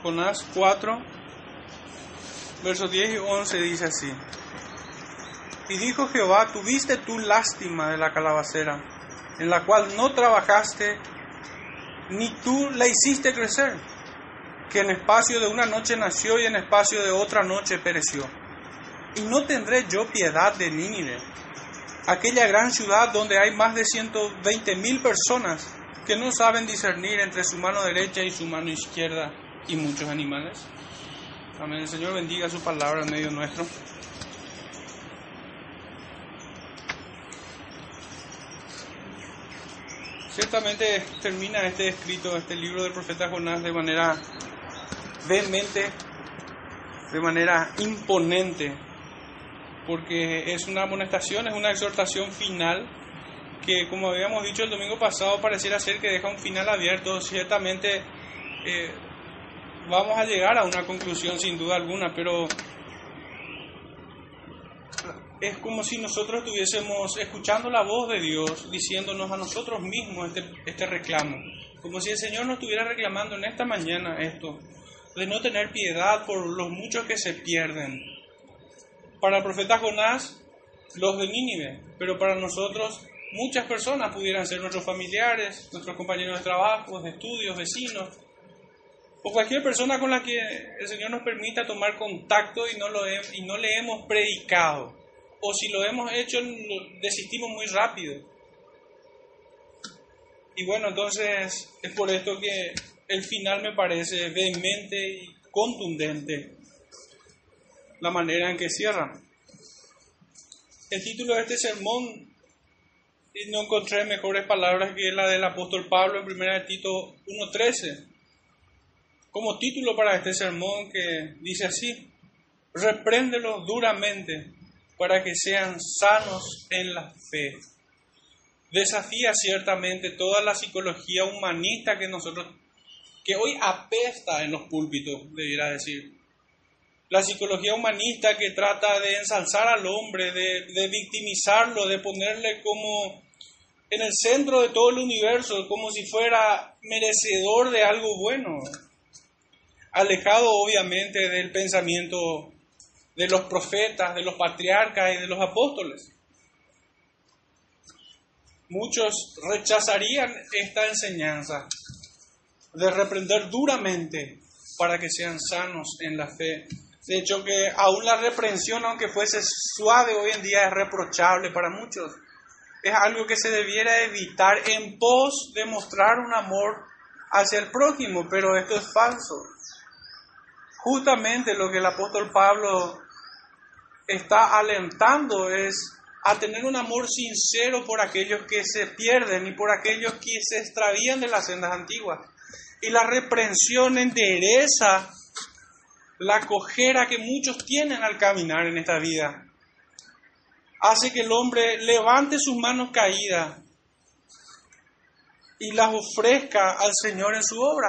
Jonás 4, versos 10 y 11 dice así: Y dijo Jehová: tuviste tú lástima de la calabacera, en la cual no trabajaste, ni tú la hiciste crecer, que en espacio de una noche nació y en espacio de otra noche pereció. Y no tendré yo piedad de Nínive, aquella gran ciudad donde hay más de 120,000 personas que no saben discernir entre su mano derecha y su mano izquierda, y muchos animales. Amén. El Señor bendiga su palabra en medio nuestro. Ciertamente termina este escrito, este libro del profeta Jonás, de manera vehemente, de manera imponente, porque es una amonestación, es una exhortación final que, como habíamos dicho el domingo pasado, pareciera ser que deja un final abierto. Ciertamente vamos a llegar a una conclusión sin duda alguna, pero es como si nosotros estuviésemos escuchando la voz de Dios diciéndonos a nosotros mismos este reclamo, como si el Señor nos estuviera reclamando en esta mañana esto, de no tener piedad por los muchos que se pierden. Para el profeta Jonás, los de Nínive, pero para nosotros muchas personas pudieran ser nuestros familiares, nuestros compañeros de trabajo, de estudios, vecinos, o cualquier persona con la que el Señor nos permita tomar contacto y no le hemos predicado, o si lo hemos hecho desistimos muy rápido. Y bueno, entonces es por esto que el final me parece vehemente y contundente, la manera en que cierra. El título de este sermón, no encontré mejores palabras que la del apóstol Pablo en 1 Tito 1:13, como título para este sermón, que dice así: repréndelos duramente para que sean sanos en la fe. Desafía ciertamente toda la psicología humanista que hoy apesta en los púlpitos, debiera decir. La psicología humanista que trata de ensalzar al hombre, de victimizarlo, de ponerle como en el centro de todo el universo, como si fuera merecedor de algo bueno, alejado obviamente del pensamiento de los profetas, de los patriarcas y de los apóstoles. Muchos rechazarían esta enseñanza de reprender duramente para que sean sanos en la fe. De hecho, que aún la reprensión, aunque fuese suave, hoy en día es reprochable para muchos. Es algo que se debiera evitar en pos de mostrar un amor hacia el prójimo, pero esto es falso. Justamente lo que el apóstol Pablo está alentando es a tener un amor sincero por aquellos que se pierden y por aquellos que se extravían de las sendas antiguas. Y la reprensión endereza la cojera que muchos tienen al caminar en esta vida. Hace que el hombre levante sus manos caídas y las ofrezca al Señor en su obra.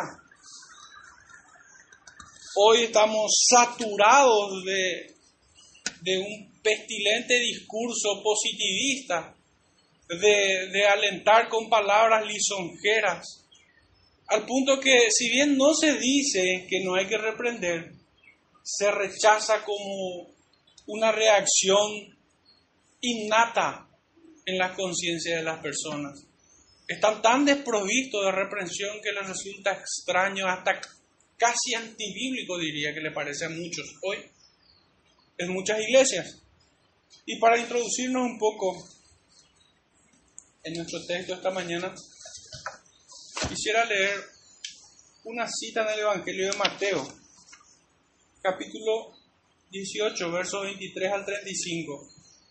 Hoy estamos saturados de un pestilente discurso positivista, de alentar con palabras lisonjeras, al punto que, si bien no se dice que no hay que reprender, se rechaza como una reacción innata en la conciencia de las personas. Están tan desprovistos de reprensión que les resulta extraño, hasta casi antibíblico, diría, que le parece a muchos hoy en muchas iglesias. Y para introducirnos un poco en nuestro texto esta mañana, quisiera leer una cita en el Evangelio de Mateo, capítulo 18, versos 23 al 35.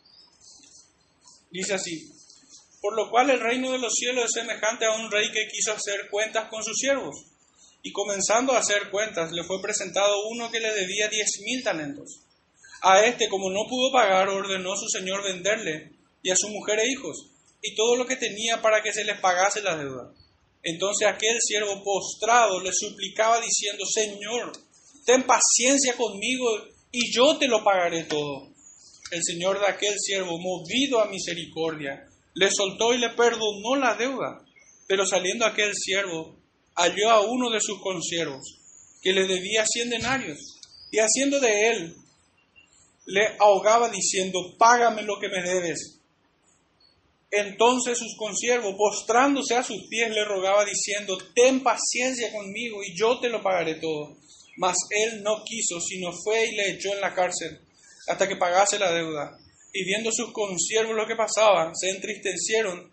Dice así: por lo cual el reino de los cielos es semejante a un rey que quiso hacer cuentas con sus siervos, y comenzando a hacer cuentas, le fue presentado uno que le debía 10,000 talentos. A este, como no pudo pagar, ordenó su señor venderle, y a su mujer e hijos, y todo lo que tenía, para que se les pagase la deuda. Entonces aquel siervo postrado le suplicaba diciendo: Señor, ten paciencia conmigo, y yo te lo pagaré todo. El señor de aquel siervo, movido a misericordia, le soltó y le perdonó la deuda. Pero saliendo aquel siervo, halló a uno de sus consiervos, que le debía 100 denarios, y haciendo de él, le ahogaba diciendo, págame lo que me debes. Entonces sus consiervos, postrándose a sus pies, le rogaba diciendo, ten paciencia conmigo y yo te lo pagaré todo. Mas él no quiso, sino fue y le echó en la cárcel hasta que pagase la deuda. Y viendo sus consiervos lo que pasaba, se entristecieron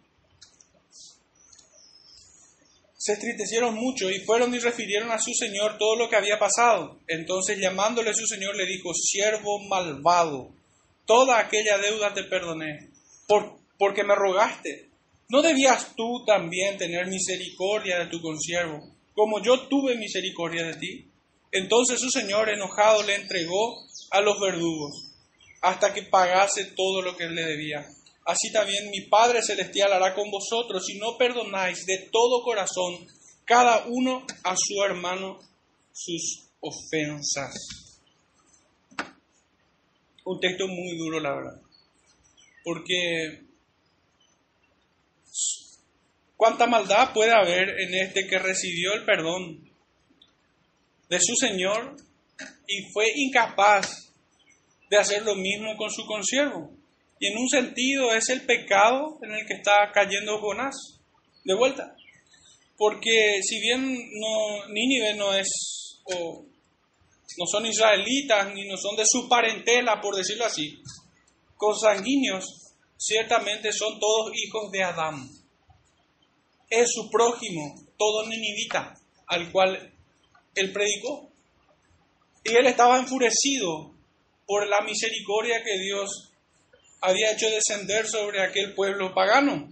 mucho y fueron y refirieron a su señor todo lo que había pasado. Entonces llamándole su señor le dijo, siervo malvado, toda aquella deuda te perdoné, porque me rogaste. ¿No debías tú también tener misericordia de tu consiervo, como yo tuve misericordia de ti? Entonces su señor enojado le entregó a los verdugos, hasta que pagase todo lo que él le debía. Así también mi Padre Celestial hará con vosotros, si no perdonáis de todo corazón cada uno a su hermano sus ofensas. Un texto muy duro, la verdad. Porque cuánta maldad puede haber en este que recibió el perdón de su Señor y fue incapaz de hacer lo mismo con su consiervo. Y en un sentido es el pecado en el que está cayendo Jonás, de vuelta. Porque si bien Nínive no son israelitas, ni no son de su parentela, por decirlo así, consanguíneos, ciertamente son todos hijos de Adán. Es su prójimo, todo ninivita, al cual él predicó. Y él estaba enfurecido por la misericordia que Dios había hecho descender sobre aquel pueblo pagano,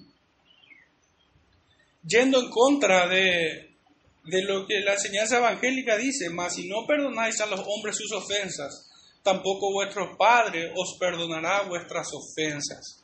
yendo en contra de lo que la enseñanza evangélica dice, mas si no perdonáis a los hombres sus ofensas, tampoco vuestro Padre os perdonará vuestras ofensas.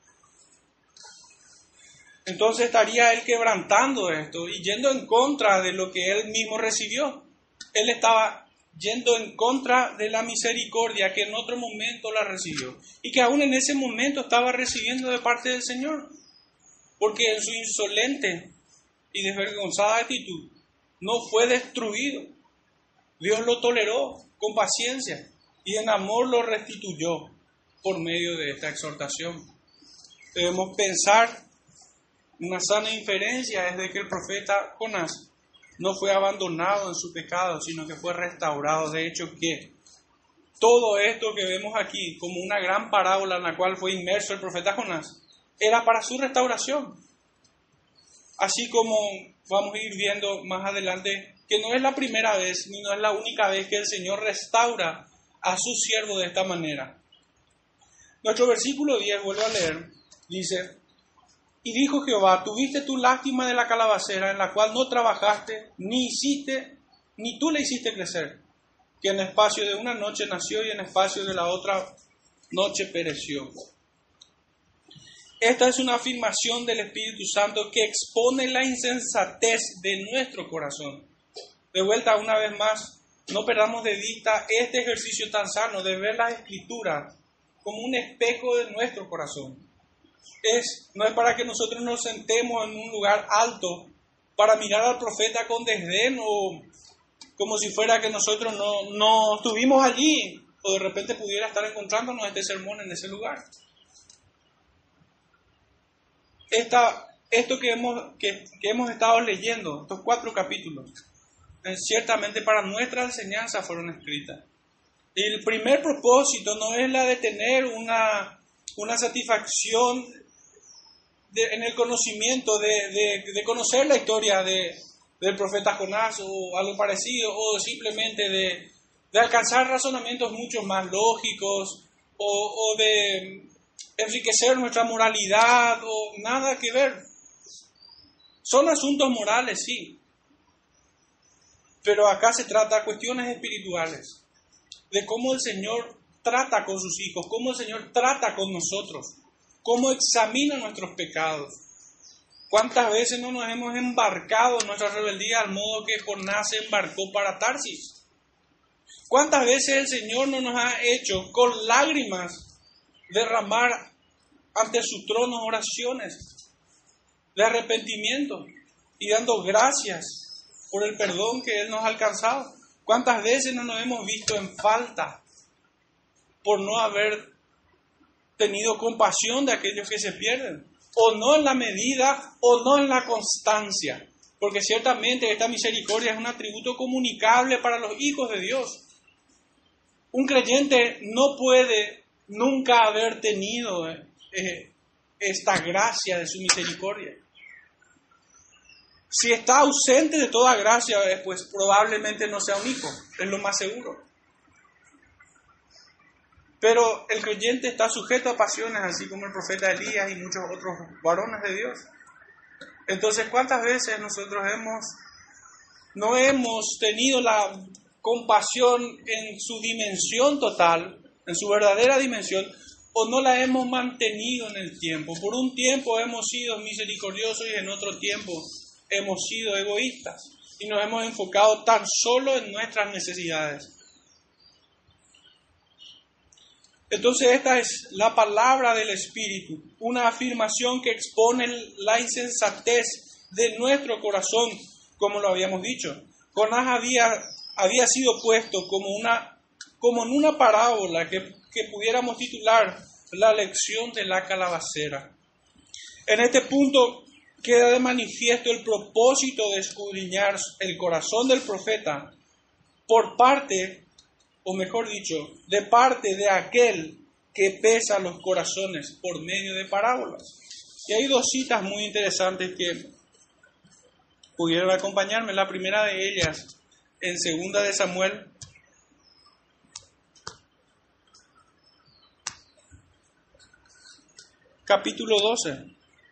Entonces estaría él quebrantando esto y yendo en contra de lo que él mismo recibió. Él estaba yendo en contra de la misericordia que en otro momento la recibió y que aún en ese momento estaba recibiendo de parte del Señor, porque en su insolente y desvergonzada actitud no fue destruido. Dios lo toleró con paciencia y en amor lo restituyó por medio de esta exhortación. Debemos pensar, una sana inferencia es de que el profeta Jonás no fue abandonado en su pecado, sino que fue restaurado. De hecho, que todo esto que vemos aquí, como una gran parábola en la cual fue inmerso el profeta Jonás, era para su restauración. Así como vamos a ir viendo más adelante, que no es la primera vez, ni no es la única vez que el Señor restaura a su siervo de esta manera. Nuestro versículo 10, vuelvo a leer, dice: y dijo Jehová, tuviste tu lástima de la calabacera en la cual no trabajaste, ni tú le hiciste crecer, que en espacio de una noche nació y en espacio de la otra noche pereció. Esta es una afirmación del Espíritu Santo que expone la insensatez de nuestro corazón. De vuelta, una vez más, no perdamos de vista este ejercicio tan sano de ver las Escrituras como un espejo de nuestro corazón. No es para que nosotros nos sentemos en un lugar alto para mirar al profeta con desdén o como si fuera que nosotros no estuvimos allí o de repente pudiera estar encontrándonos este sermón en ese lugar. Esto que hemos estado leyendo, estos 4 capítulos, ciertamente para nuestra enseñanza fueron escritas. El primer propósito no es la de tener una satisfacción en el conocimiento de conocer la historia del profeta Jonás o algo parecido, o simplemente de alcanzar razonamientos mucho más lógicos o de enriquecer nuestra moralidad o nada que ver. Son asuntos morales, sí, pero acá se trata de cuestiones espirituales, de cómo el Señor trata con sus hijos, cómo el Señor trata con nosotros, cómo examina nuestros pecados. ¿Cuántas veces no nos hemos embarcado en nuestra rebeldía al modo que Jonás se embarcó para Tarsis? ¿Cuántas veces el Señor no nos ha hecho con lágrimas derramar ante su trono oraciones de arrepentimiento y dando gracias por el perdón que Él nos ha alcanzado? ¿Cuántas veces no nos hemos visto en falta por no haber tenido compasión de aquellos que se pierden? O no en la medida, o no en la constancia. Porque ciertamente esta misericordia es un atributo comunicable para los hijos de Dios. Un creyente no puede nunca haber tenido esta gracia de su misericordia. Si está ausente de toda gracia, pues probablemente no sea un hijo, es lo más seguro. Pero el creyente está sujeto a pasiones, así como el profeta Elías y muchos otros varones de Dios. Entonces, ¿cuántas veces nosotros no hemos tenido la compasión en su dimensión total, en su verdadera dimensión, o no la hemos mantenido en el tiempo? Por un tiempo hemos sido misericordiosos y en otro tiempo hemos sido egoístas y nos hemos enfocado tan solo en nuestras necesidades. Entonces esta es la palabra del Espíritu, una afirmación que expone la insensatez de nuestro corazón, como lo habíamos dicho. Jonás había sido puesto como en una parábola que pudiéramos titular la lección de la calabacera. En este punto queda de manifiesto el propósito de escudriñar el corazón del profeta por parte, o mejor dicho, de parte de aquel que pesa los corazones por medio de parábolas. Y hay dos citas muy interesantes que pudieron acompañarme. La primera de ellas, en 2 de Samuel, capítulo 12,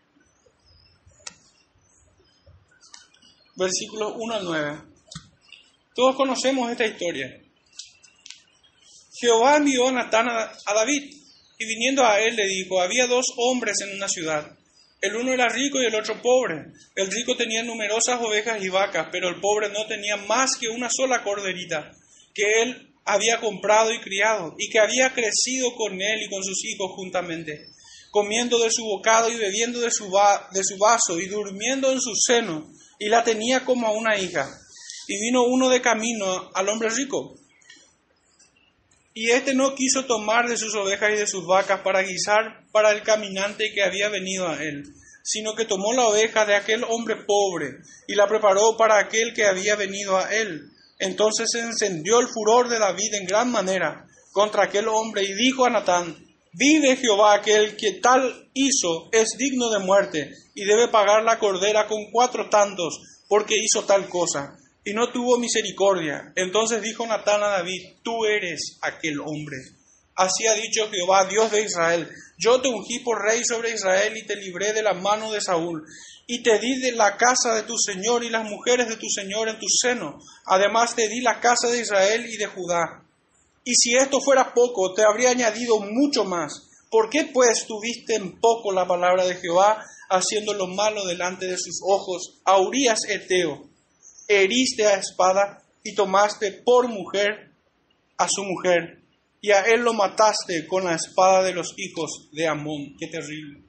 versículos 1 al 9. Todos conocemos esta historia. Jehová envió a Natán a David, y viniendo a él le dijo: había 2 hombres en una ciudad. El uno era rico y el otro pobre. El rico tenía numerosas ovejas y vacas, pero el pobre no tenía más que una sola corderita, que él había comprado y criado, y que había crecido con él y con sus hijos juntamente, comiendo de su bocado y bebiendo de su vaso, y durmiendo en su seno, y la tenía como a una hija. Y vino uno de camino al hombre rico, y éste no quiso tomar de sus ovejas y de sus vacas para guisar para el caminante que había venido a él, sino que tomó la oveja de aquel hombre pobre y la preparó para aquel que había venido a él. Entonces se encendió el furor de David en gran manera contra aquel hombre y dijo a Natán: vive Jehová, que el que tal hizo es digno de muerte y debe pagar la cordera con 4 tantos porque hizo tal cosa. Y no tuvo misericordia. Entonces dijo Natán a David: tú eres aquel hombre. Así ha dicho Jehová, Dios de Israel: yo te ungí por rey sobre Israel y te libré de la mano de Saúl, y te di de la casa de tu señor y las mujeres de tu señor en tu seno. Además te di la casa de Israel y de Judá. Y si esto fuera poco, te habría añadido mucho más. ¿Por qué pues tuviste en poco la palabra de Jehová, haciendo lo malo delante de sus ojos a Urías Heteo? Heriste a espada y tomaste por mujer a su mujer, y a él lo mataste con la espada de los hijos de Amón. ¡Qué terrible!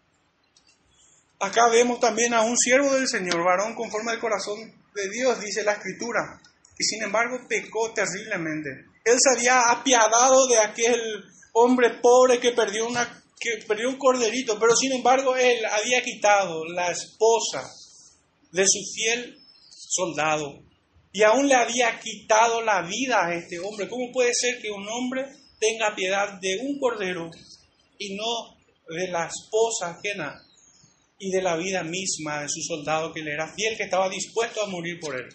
Acá vemos también a un siervo del Señor, varón conforme al corazón de Dios, dice la Escritura, y sin embargo pecó terriblemente. Él se había apiadado de aquel hombre pobre que perdió un corderito, pero sin embargo él había quitado la esposa de su fiel soldado, y aún le había quitado la vida a este hombre. ¿Cómo puede ser que un hombre tenga piedad de un cordero y no de la esposa ajena y de la vida misma de su soldado que le era fiel, que estaba dispuesto a morir por él?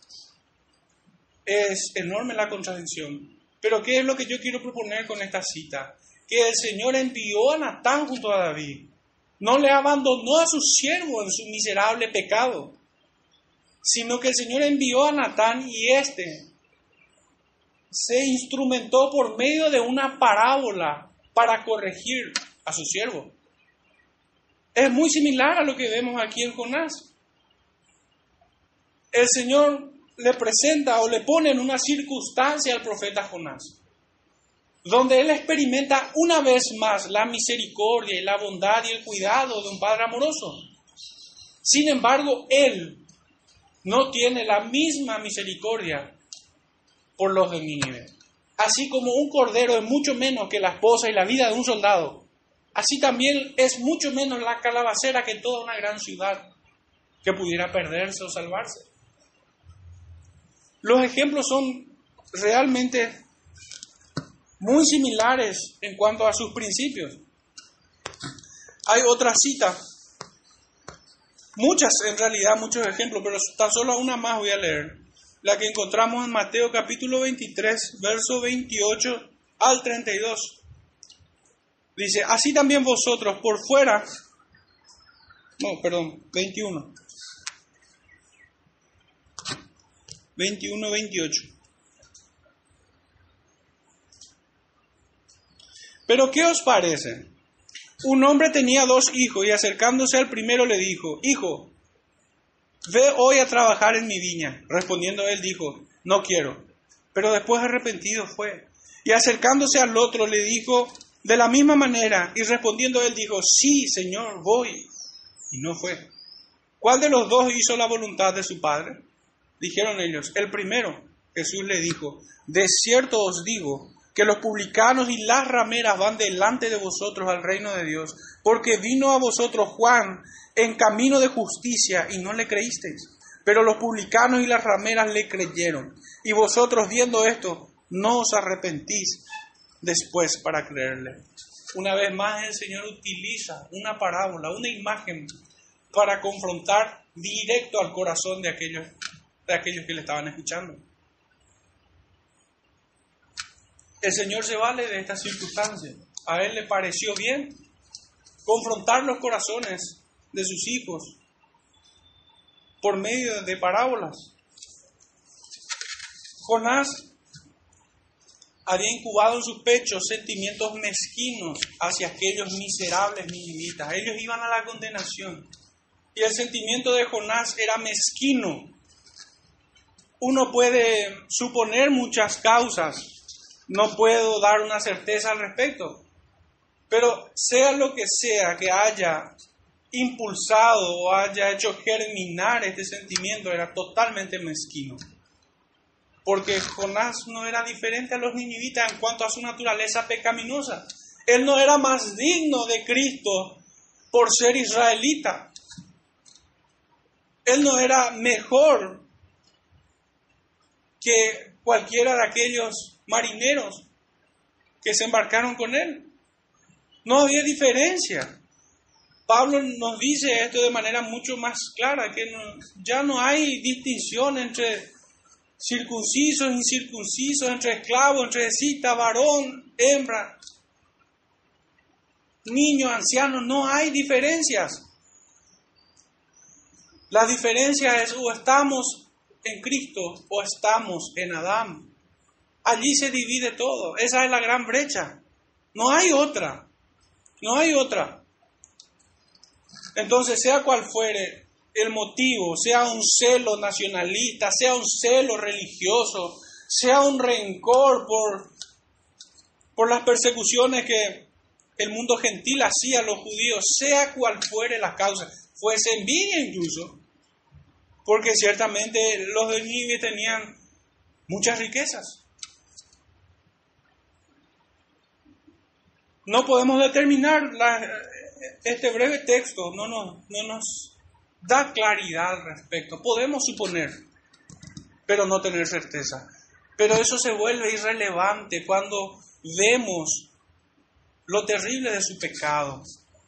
Es enorme la contradicción. Pero ¿qué es lo que yo quiero proponer con esta cita? Que el Señor envió a Natán junto a David. No le abandonó a su siervo en su miserable pecado, sino que el Señor envió a Natán y éste se instrumentó por medio de una parábola para corregir a su siervo. Es muy similar a lo que vemos aquí en Jonás. El Señor le presenta o le pone en una circunstancia al profeta Jonás, donde él experimenta una vez más la misericordia y la bondad y el cuidado de un Padre amoroso. Sin embargo, él no tiene la misma misericordia por los de Nínive. Así como un cordero es mucho menos que la esposa y la vida de un soldado, así también es mucho menos la calabacera que toda una gran ciudad que pudiera perderse o salvarse. Los ejemplos son realmente muy similares en cuanto a sus principios. Hay otra cita, muchas en realidad, muchos ejemplos, pero tan solo una más voy a leer. La que encontramos en Mateo capítulo 23, verso 28 al 32. Dice, así también vosotros por fuera, 21. 21, 28. Pero ¿qué os parece? Un hombre tenía 2 hijos y acercándose al primero le dijo, hijo, ve hoy a trabajar en mi viña. Respondiendo él dijo, no quiero. Pero después arrepentido fue. Y acercándose al otro le dijo de la misma manera. Y respondiendo él dijo, sí, Señor, voy. Y no fue. ¿Cuál de los 2 hizo la voluntad de su padre? Dijeron ellos, el primero. Jesús le dijo, de cierto os digo, que los publicanos y las rameras van delante de vosotros al reino de Dios, porque vino a vosotros Juan en camino de justicia y no le creísteis, pero los publicanos y las rameras le creyeron, y vosotros viendo esto no os arrepentís después para creerle. Una vez más el Señor utiliza una parábola, una imagen para confrontar directo al corazón de aquellos que le estaban escuchando. El Señor se vale de estas circunstancias. A Él le pareció bien confrontar los corazones de sus hijos por medio de parábolas. Jonás había incubado en sus pechos sentimientos mezquinos hacia aquellos miserables ninivitas. Ellos iban a la condenación. Y el sentimiento de Jonás era mezquino. Uno puede suponer muchas causas. No puedo dar una certeza al respecto, pero sea lo que sea que haya impulsado o haya hecho germinar este sentimiento, era totalmente mezquino. Porque Jonás no era diferente a los ninivitas en cuanto a su naturaleza pecaminosa. Él no era más digno de Cristo por ser israelita. Él no era mejor que cualquiera de aquellos marineros que se embarcaron con él. No había diferencia. Pablo nos dice esto de manera mucho más clara, que ya no hay distinción entre circuncisos, incircuncisos, entre esclavos, entre escita, varón, hembra, niño, anciano, no hay diferencias. La diferencia es o estamos en Cristo o estamos en Adán. Allí se divide todo. Esa es la gran brecha. No hay otra. No hay otra. Entonces, sea cual fuere el motivo, sea un celo nacionalista, sea un celo religioso, sea un rencor por las persecuciones que el mundo gentil hacía a los judíos, sea cual fuere la causa, fuese envidia incluso, porque ciertamente los de Nínive tenían muchas riquezas. No podemos determinar, este breve texto no nos da claridad al respecto. Podemos suponer, pero no tener certeza. Pero eso se vuelve irrelevante cuando vemos lo terrible de su pecado.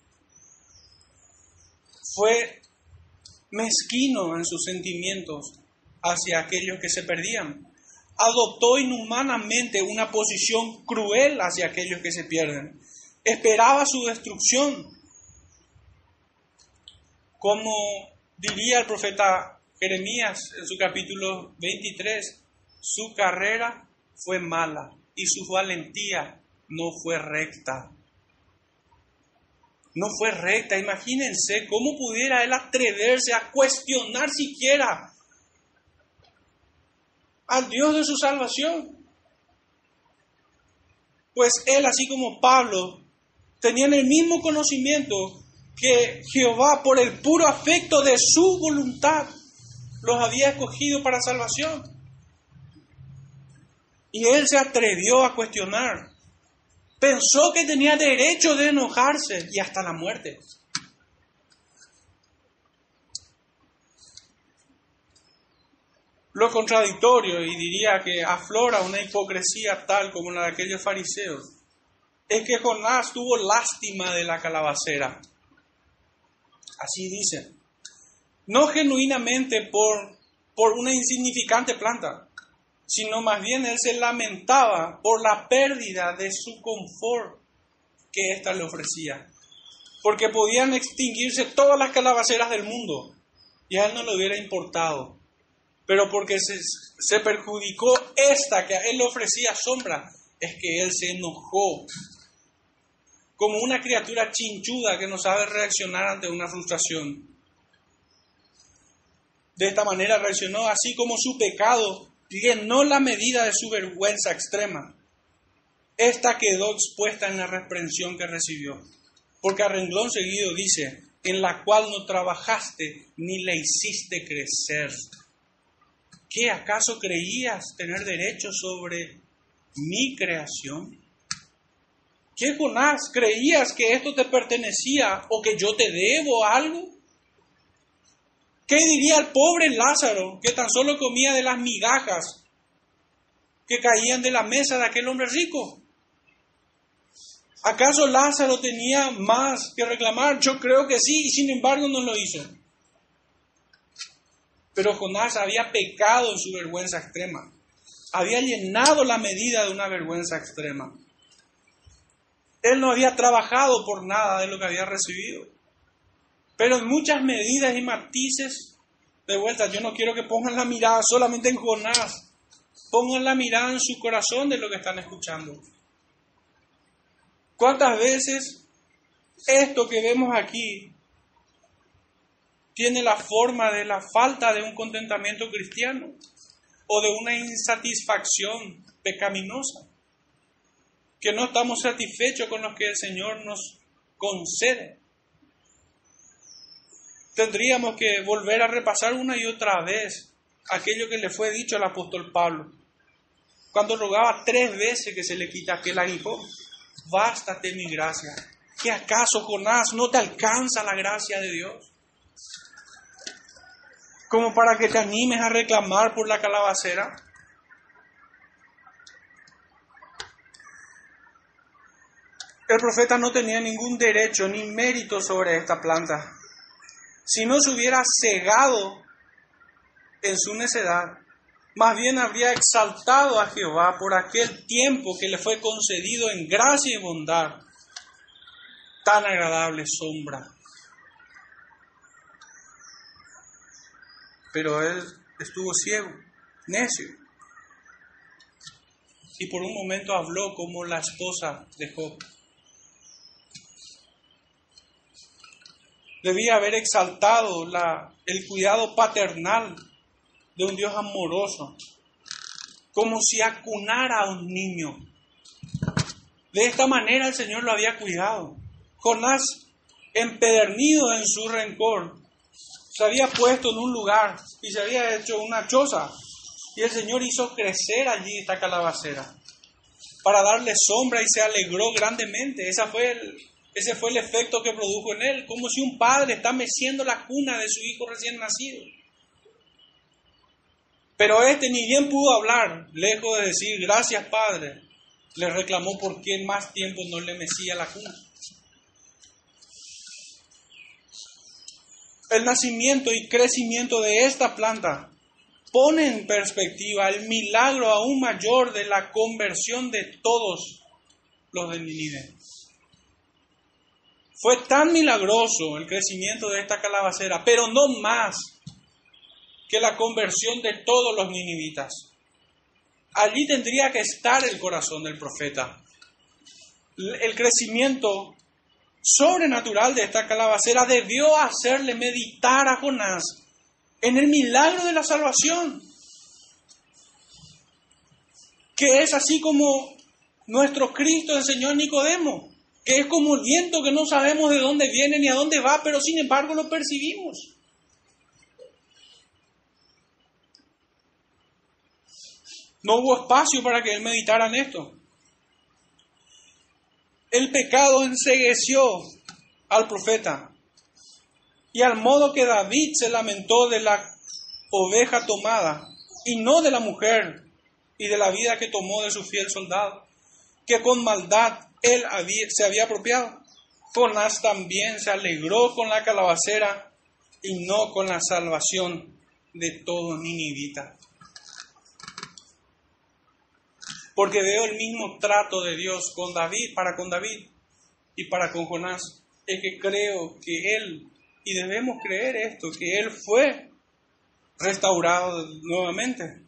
Fue mezquino en sus sentimientos hacia aquellos que se perdían. Adoptó inhumanamente una posición cruel hacia aquellos que se pierden. Esperaba su destrucción. Como diría el profeta Jeremías en su capítulo 23, su carrera fue mala y su valentía no fue recta. No fue recta. Imagínense cómo pudiera él atreverse a cuestionar siquiera al Dios de su salvación. Pues él, así como Pablo, tenían el mismo conocimiento que Jehová, por el puro afecto de su voluntad, los había escogido para salvación. Y él se atrevió a cuestionar. Pensó que tenía derecho de enojarse y hasta la muerte. Lo contradictorio, y diría que aflora una hipocresía tal como la de aquellos fariseos, es que Jonás tuvo lástima de la calabacera. Así dicen. No genuinamente por una insignificante planta, sino más bien él se lamentaba por la pérdida de su confort que ésta le ofrecía. Porque podían extinguirse todas las calabaceras del mundo y a él no le hubiera importado. Pero porque se perjudicó esta que a él le ofrecía sombra, es que él se enojó. Como una criatura chinchuda que no sabe reaccionar ante una frustración. De esta manera reaccionó así como su pecado llenó la medida de su vergüenza extrema. Esta quedó expuesta en la reprensión que recibió. Porque a renglón seguido dice, en la cual no trabajaste ni le hiciste crecer. ¿Qué acaso creías tener derecho sobre mi creación? ¿Qué, Jonás? ¿Creías que esto te pertenecía o que yo te debo algo? ¿Qué diría el pobre Lázaro que tan solo comía de las migajas que caían de la mesa de aquel hombre rico? ¿Acaso Lázaro tenía más que reclamar? Yo creo que sí, y sin embargo no lo hizo. Pero Jonás había pecado en su vergüenza extrema. Había llenado la medida de una vergüenza extrema. Él no había trabajado por nada de lo que había recibido. Pero en muchas medidas y matices, de vuelta, yo no quiero que pongan la mirada solamente en Jonás. Pongan la mirada en su corazón de lo que están escuchando. ¿Cuántas veces esto que vemos aquí tiene la forma de la falta de un contentamiento cristiano o de una insatisfacción pecaminosa? Que no estamos satisfechos con lo que el Señor nos concede. Tendríamos que volver a repasar una y otra vez aquello que le fue dicho al apóstol Pablo, cuando rogaba 3 veces que se le quita aquel aguijón. Bástate mi gracia. ¿Qué acaso, Jonás, no te alcanza la gracia de Dios? Como para que te animes a reclamar por la calabacera. El profeta no tenía ningún derecho ni mérito sobre esta planta. Si no se hubiera cegado en su necedad, más bien habría exaltado a Jehová por aquel tiempo que le fue concedido en gracia y bondad, tan agradable sombra. Pero él estuvo ciego, necio, y por un momento habló como la esposa de Job. Debía haber exaltado el cuidado paternal de un Dios amoroso, como si acunara a un niño. De esta manera el Señor lo había cuidado. Jonás, empedernido en su rencor, se había puesto en un lugar y se había hecho una choza. Y el Señor hizo crecer allí esta calabacera para darle sombra y se alegró grandemente. Ese fue el efecto que produjo en él, como si un padre está meciendo la cuna de su hijo recién nacido. Pero ni bien pudo hablar, lejos de decir gracias Padre, le reclamó por qué más tiempo no le mecía la cuna. El nacimiento y crecimiento de esta planta pone en perspectiva el milagro aún mayor de la conversión de todos los de Nínive. Fue tan milagroso el crecimiento de esta calabacera, pero no más que la conversión de todos los ninivitas. Allí tendría que estar el corazón del profeta. El crecimiento sobrenatural de esta calabacera debió hacerle meditar a Jonás en el milagro de la salvación, que es así como nuestro Cristo enseñó a Nicodemo, que es como el viento que no sabemos de dónde viene ni a dónde va, pero sin embargo lo percibimos. No hubo espacio para que él meditara en esto. El pecado encegueció al profeta. Y al modo que David se lamentó de la oveja tomada, y no de la mujer y de la vida que tomó de su fiel soldado, que con maldad él se había apropiado, Jonás también se alegró con la calabacera y no con la salvación de todo ninivita. Porque veo el mismo trato de Dios con David y para con Jonás. Es que creo que él, y debemos creer esto, que él fue restaurado nuevamente.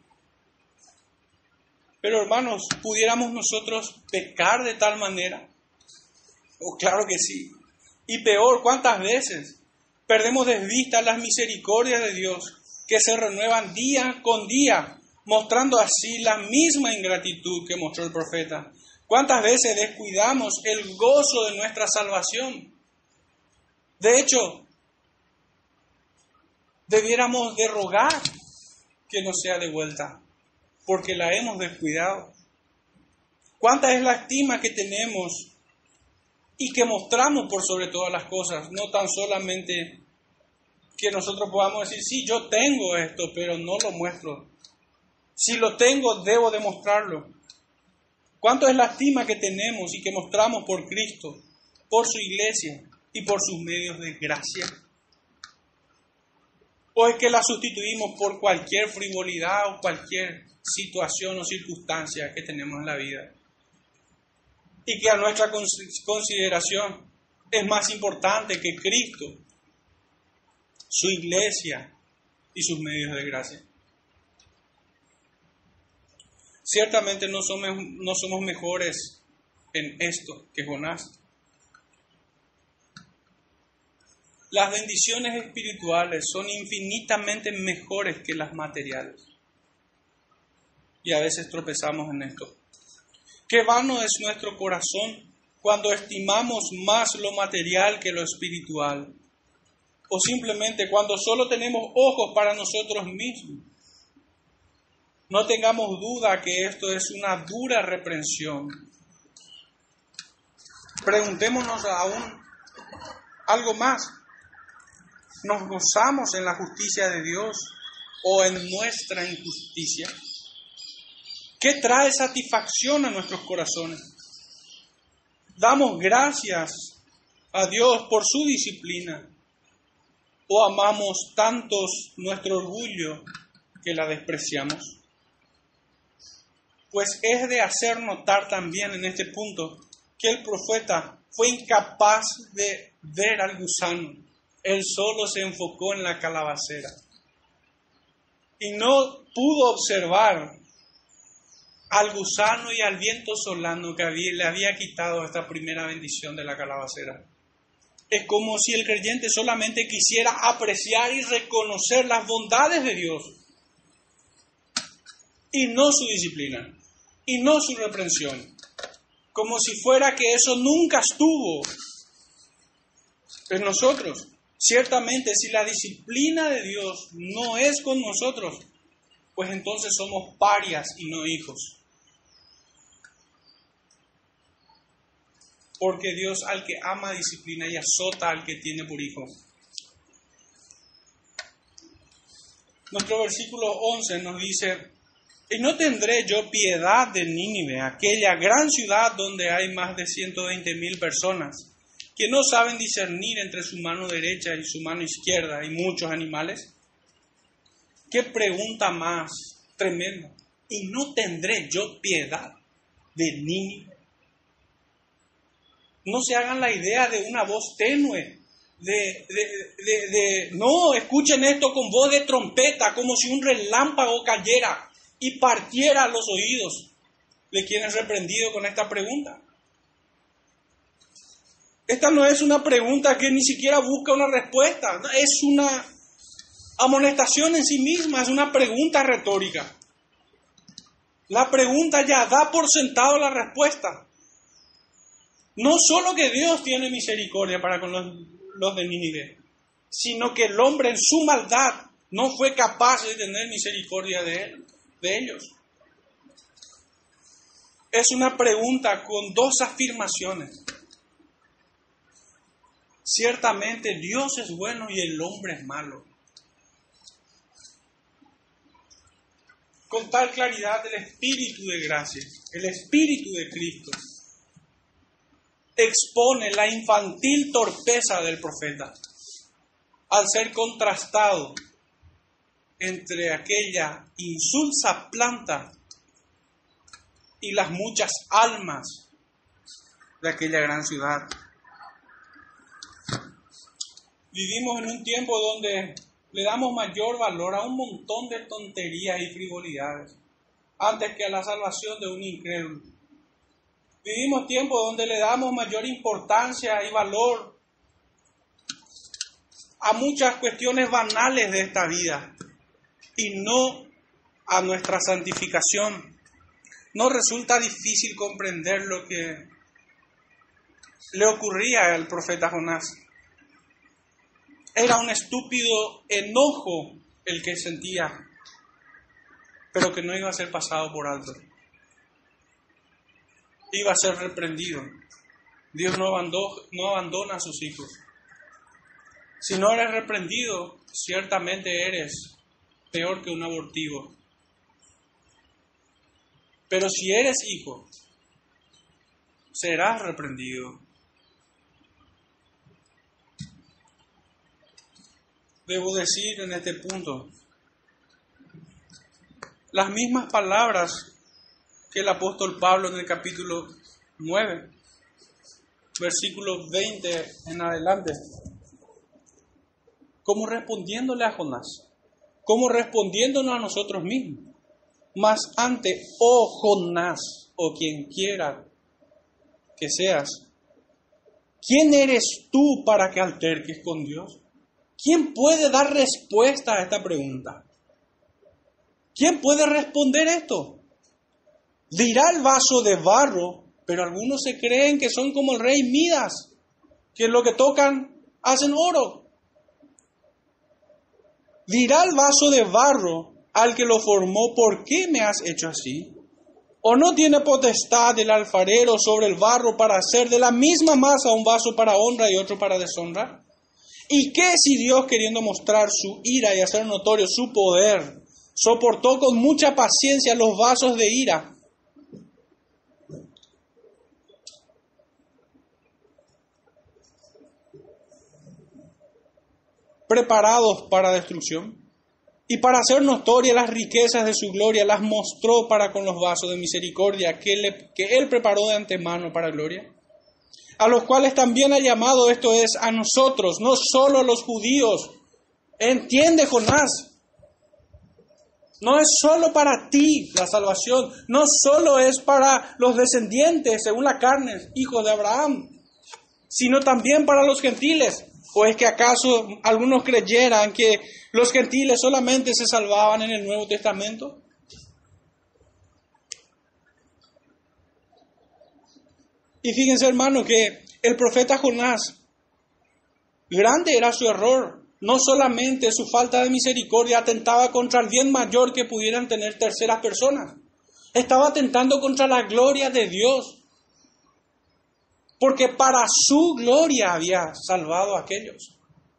Pero hermanos, ¿pudiéramos nosotros pecar de tal manera? Oh, claro que sí. Y peor, ¿cuántas veces perdemos de vista las misericordias de Dios que se renuevan día con día, mostrando así la misma ingratitud que mostró el profeta? ¿Cuántas veces descuidamos el gozo de nuestra salvación? De hecho, debiéramos de rogar que nos sea devuelta, porque la hemos descuidado. ¿Cuánta es la estima que tenemos y que mostramos por sobre todas las cosas? No tan solamente que nosotros podamos decir, sí, yo tengo esto, pero no lo muestro. Si lo tengo, debo demostrarlo. ¿Cuánto es la estima que tenemos y que mostramos por Cristo, por su iglesia y por sus medios de gracia? ¿O es que la sustituimos por cualquier frivolidad o cualquier situación o circunstancia que tenemos en la vida? Y que a nuestra consideración es más importante que Cristo, su iglesia y sus medios de gracia. Ciertamente no somos mejores en esto que Jonás. Las bendiciones espirituales son infinitamente mejores que las materiales. Y a veces tropezamos en esto. Qué vano es nuestro corazón cuando estimamos más lo material que lo espiritual. O simplemente cuando solo tenemos ojos para nosotros mismos. No tengamos duda que esto es una dura reprensión. Preguntémonos aún algo más. ¿Nos gozamos en la justicia de Dios o en nuestra injusticia? ¿Qué trae satisfacción a nuestros corazones? ¿Damos gracias a Dios por su disciplina o amamos tantos nuestro orgullo que la despreciamos? Pues es de hacer notar también en este punto que el profeta fue incapaz de ver al gusano. Él solo se enfocó en la calabacera y no pudo observar al gusano y al viento solano que le había quitado esta primera bendición de la calabacera. Es como si el creyente solamente quisiera apreciar y reconocer las bondades de Dios y no su disciplina y no su reprensión, como si fuera que eso nunca estuvo en nosotros. Ciertamente, si la disciplina de Dios no es con nosotros, pues entonces somos parias y no hijos. Porque Dios al que ama disciplina y azota al que tiene por hijo. Nuestro versículo 11 nos dice: y no tendré yo piedad de Nínive, aquella gran ciudad donde hay más de 120,000 personas, que no saben discernir entre su mano derecha y su mano izquierda y muchos animales. ¿Qué pregunta más tremenda? ¿Y no tendré yo piedad de Nínive? No se hagan la idea de una voz tenue, no, escuchen esto con voz de trompeta, como si un relámpago cayera y partiera los oídos de quien es reprendido con esta pregunta. Esta no es una pregunta que ni siquiera busca una respuesta, es una amonestación en sí misma, es una pregunta retórica. La pregunta ya da por sentado la respuesta. No solo que Dios tiene misericordia para con los de Nínive, sino que el hombre en su maldad no fue capaz de tener misericordia de ellos. es una pregunta con dos afirmaciones. Ciertamente Dios es bueno y el hombre es malo. Con tal claridad el Espíritu de gracia, el Espíritu de Cristo, expone la infantil torpeza del profeta al ser contrastado entre aquella insulsa planta y las muchas almas de aquella gran ciudad. Vivimos en un tiempo donde le damos mayor valor a un montón de tonterías y frivolidades antes que a la salvación de un incrédulo. Vivimos tiempos donde le damos mayor importancia y valor a muchas cuestiones banales de esta vida y no a nuestra santificación. No resulta difícil comprender lo que le ocurría al profeta Jonás. Era un estúpido enojo el que sentía, pero que no iba a ser pasado por alto. Iba a ser reprendido. Dios no abandona a sus hijos. Si no eres reprendido, ciertamente eres peor que un abortivo. Pero si eres hijo, serás reprendido. Debo decir en este punto las mismas palabras que el apóstol Pablo en el capítulo 9, versículos 20 en adelante, como respondiéndole a Jonás, como respondiéndonos a nosotros mismos. Mas antes, oh Jonás, o quien quiera que seas, ¿quién eres tú para que alterques con Dios? ¿Quién puede dar respuesta a esta pregunta? ¿Quién puede responder esto? Dirá el vaso de barro, pero algunos se creen que son como el rey Midas, que lo que tocan hacen oro. Dirá el vaso de barro al que lo formó, ¿por qué me has hecho así? ¿O no tiene potestad el alfarero sobre el barro para hacer de la misma masa un vaso para honra y otro para deshonra? ¿Y qué si Dios, queriendo mostrar su ira y hacer notorio su poder, soportó con mucha paciencia los vasos de ira? Preparados para destrucción, y para hacer notorias las riquezas de su gloria, las mostró para con los vasos de misericordia que Él preparó de antemano para gloria, a los cuales también ha llamado, esto es, a nosotros, no solo a los judíos. Entiende, Jonás, no es solo para ti la salvación, no solo es para los descendientes, según la carne, hijos de Abraham, sino también para los gentiles. ¿O es que acaso algunos creyeran que los gentiles solamente se salvaban en el Nuevo Testamento? Y fíjense, hermano, que el profeta Jonás, grande era su error. No solamente su falta de misericordia atentaba contra el bien mayor que pudieran tener terceras personas. Estaba atentando contra la gloria de Dios. Porque para su gloria había salvado a aquellos,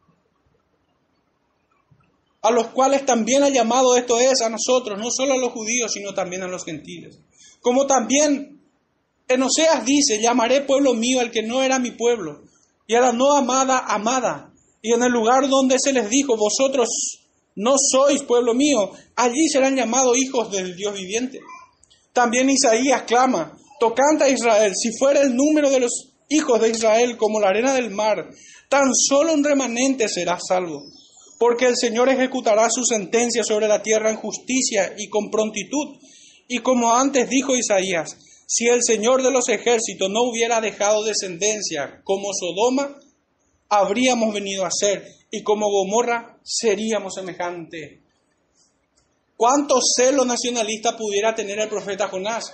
a los cuales también ha llamado, esto es, a nosotros, no solo a los judíos, sino también a los gentiles. Como también en Oseas dice, llamaré pueblo mío al que no era mi pueblo, y a la no amada, amada. Y en el lugar donde se les dijo, vosotros no sois pueblo mío, allí serán llamados hijos del Dios viviente. También Isaías clama, tocante a Israel, si fuera el número de los hijos de Israel como la arena del mar, tan solo un remanente será salvo, porque el Señor ejecutará su sentencia sobre la tierra en justicia y con prontitud. Y como antes dijo Isaías, si el Señor de los ejércitos no hubiera dejado descendencia como Sodoma, habríamos venido a ser, y como Gomorra seríamos semejante. ¿Cuánto celo nacionalista pudiera tener el profeta Jonás?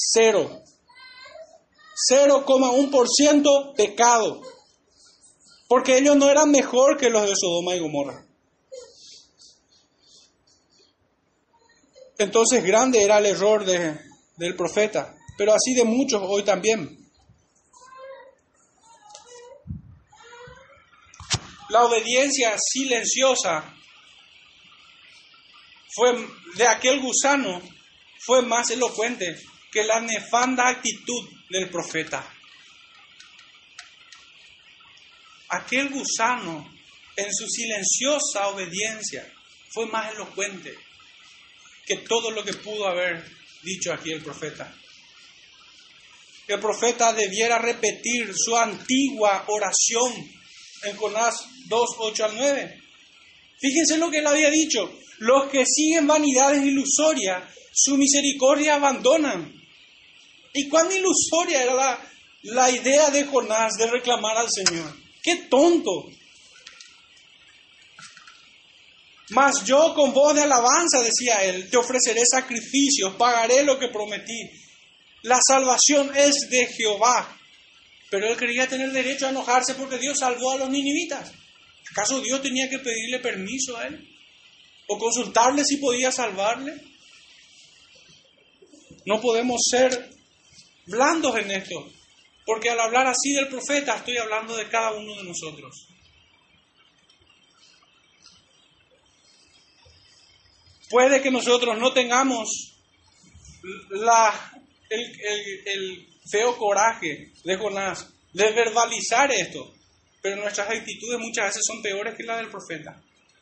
0,1% pecado, porque ellos no eran mejor que los de Sodoma y Gomorra. Entonces grande era el error del profeta. pero así de muchos hoy también. La obediencia silenciosa de aquel gusano fue más elocuente que la nefanda actitud del profeta. Aquel gusano, en su silenciosa obediencia, fue más elocuente que todo lo que pudo haber dicho aquí el profeta. El profeta debiera repetir su antigua oración en Jonás 2, 8 al 9. Fíjense lo que él había dicho: los que siguen vanidades ilusorias, su misericordia abandonan. ¿Y cuán ilusoria era la idea de Jonás de reclamar al Señor? ¡Qué tonto! Mas yo con voz de alabanza, decía él, te ofreceré sacrificios, pagaré lo que prometí. La salvación es de Jehová. Pero él quería tener derecho a enojarse porque Dios salvó a los ninivitas. ¿Acaso Dios tenía que pedirle permiso a él? ¿O consultarle si podía salvarle? No podemos ser blandos en esto, porque al hablar así del profeta estoy hablando de cada uno de nosotros. Puede que nosotros no tengamos el feo coraje de Jonás de verbalizar esto, pero nuestras actitudes muchas veces son peores que las del profeta.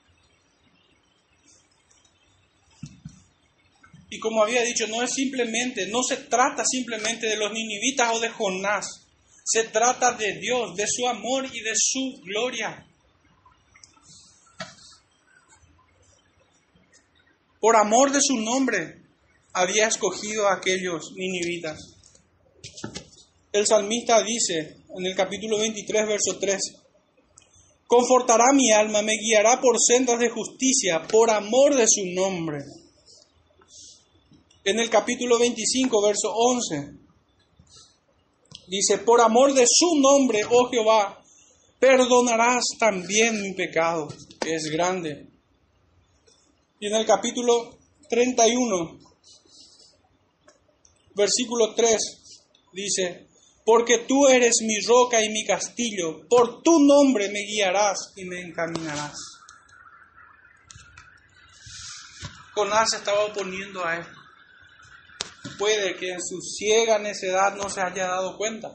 Y como había dicho, no se trata simplemente de los ninivitas o de Jonás. Se trata de Dios, de su amor y de su gloria. Por amor de su nombre, había escogido a aquellos ninivitas. El salmista dice en el capítulo 23, verso 13, confortará mi alma, me guiará por sendas de justicia, por amor de su nombre. En el capítulo 25, verso 11, dice, por amor de su nombre, oh Jehová, perdonarás también mi pecado, que es grande. Y en el capítulo 31, versículo 3, dice, porque tú eres mi roca y mi castillo, por tu nombre me guiarás y me encaminarás. Jonás se estaba oponiendo a él. Puede que en su ciega necedad no se haya dado cuenta,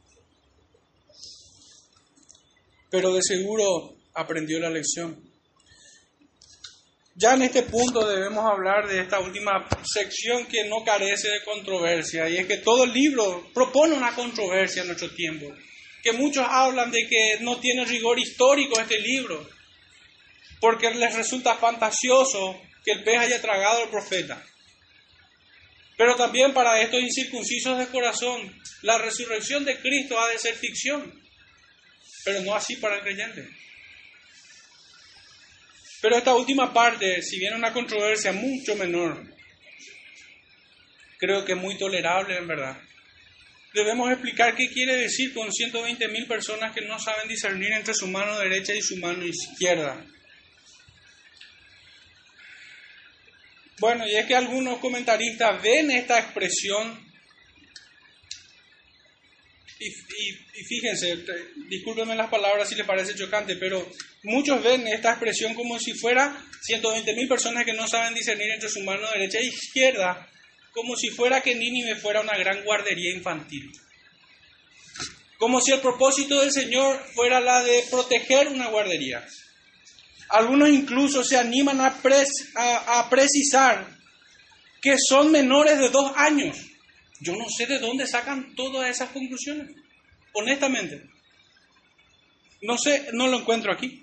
pero de seguro aprendió la lección. Ya en este punto debemos hablar de esta última sección que no carece de controversia, y es que todo el libro propone una controversia en nuestro tiempo, que muchos hablan de que no tiene rigor histórico este libro, porque les resulta fantasioso que el pez haya tragado al profeta. Pero también para estos incircuncisos de corazón, la resurrección de Cristo ha de ser ficción, pero no así para el creyente. Pero esta última parte, si bien es una controversia mucho menor, creo que es muy tolerable en verdad. Debemos explicar qué quiere decir con 120.000 personas que no saben discernir entre su mano derecha y su mano izquierda. Bueno, y es que algunos comentaristas ven esta expresión y fíjense, discúlpenme las palabras si les parece chocante, pero muchos ven esta expresión como si fuera 120.000 personas que no saben discernir entre su mano derecha e izquierda, como si fuera que Nínive fuera una gran guardería infantil. Como si el propósito del Señor fuera la de proteger una guardería. Algunos incluso se animan a precisar que son menores de 2 años. Yo no sé de dónde sacan todas esas conclusiones, honestamente. No sé, no lo encuentro aquí.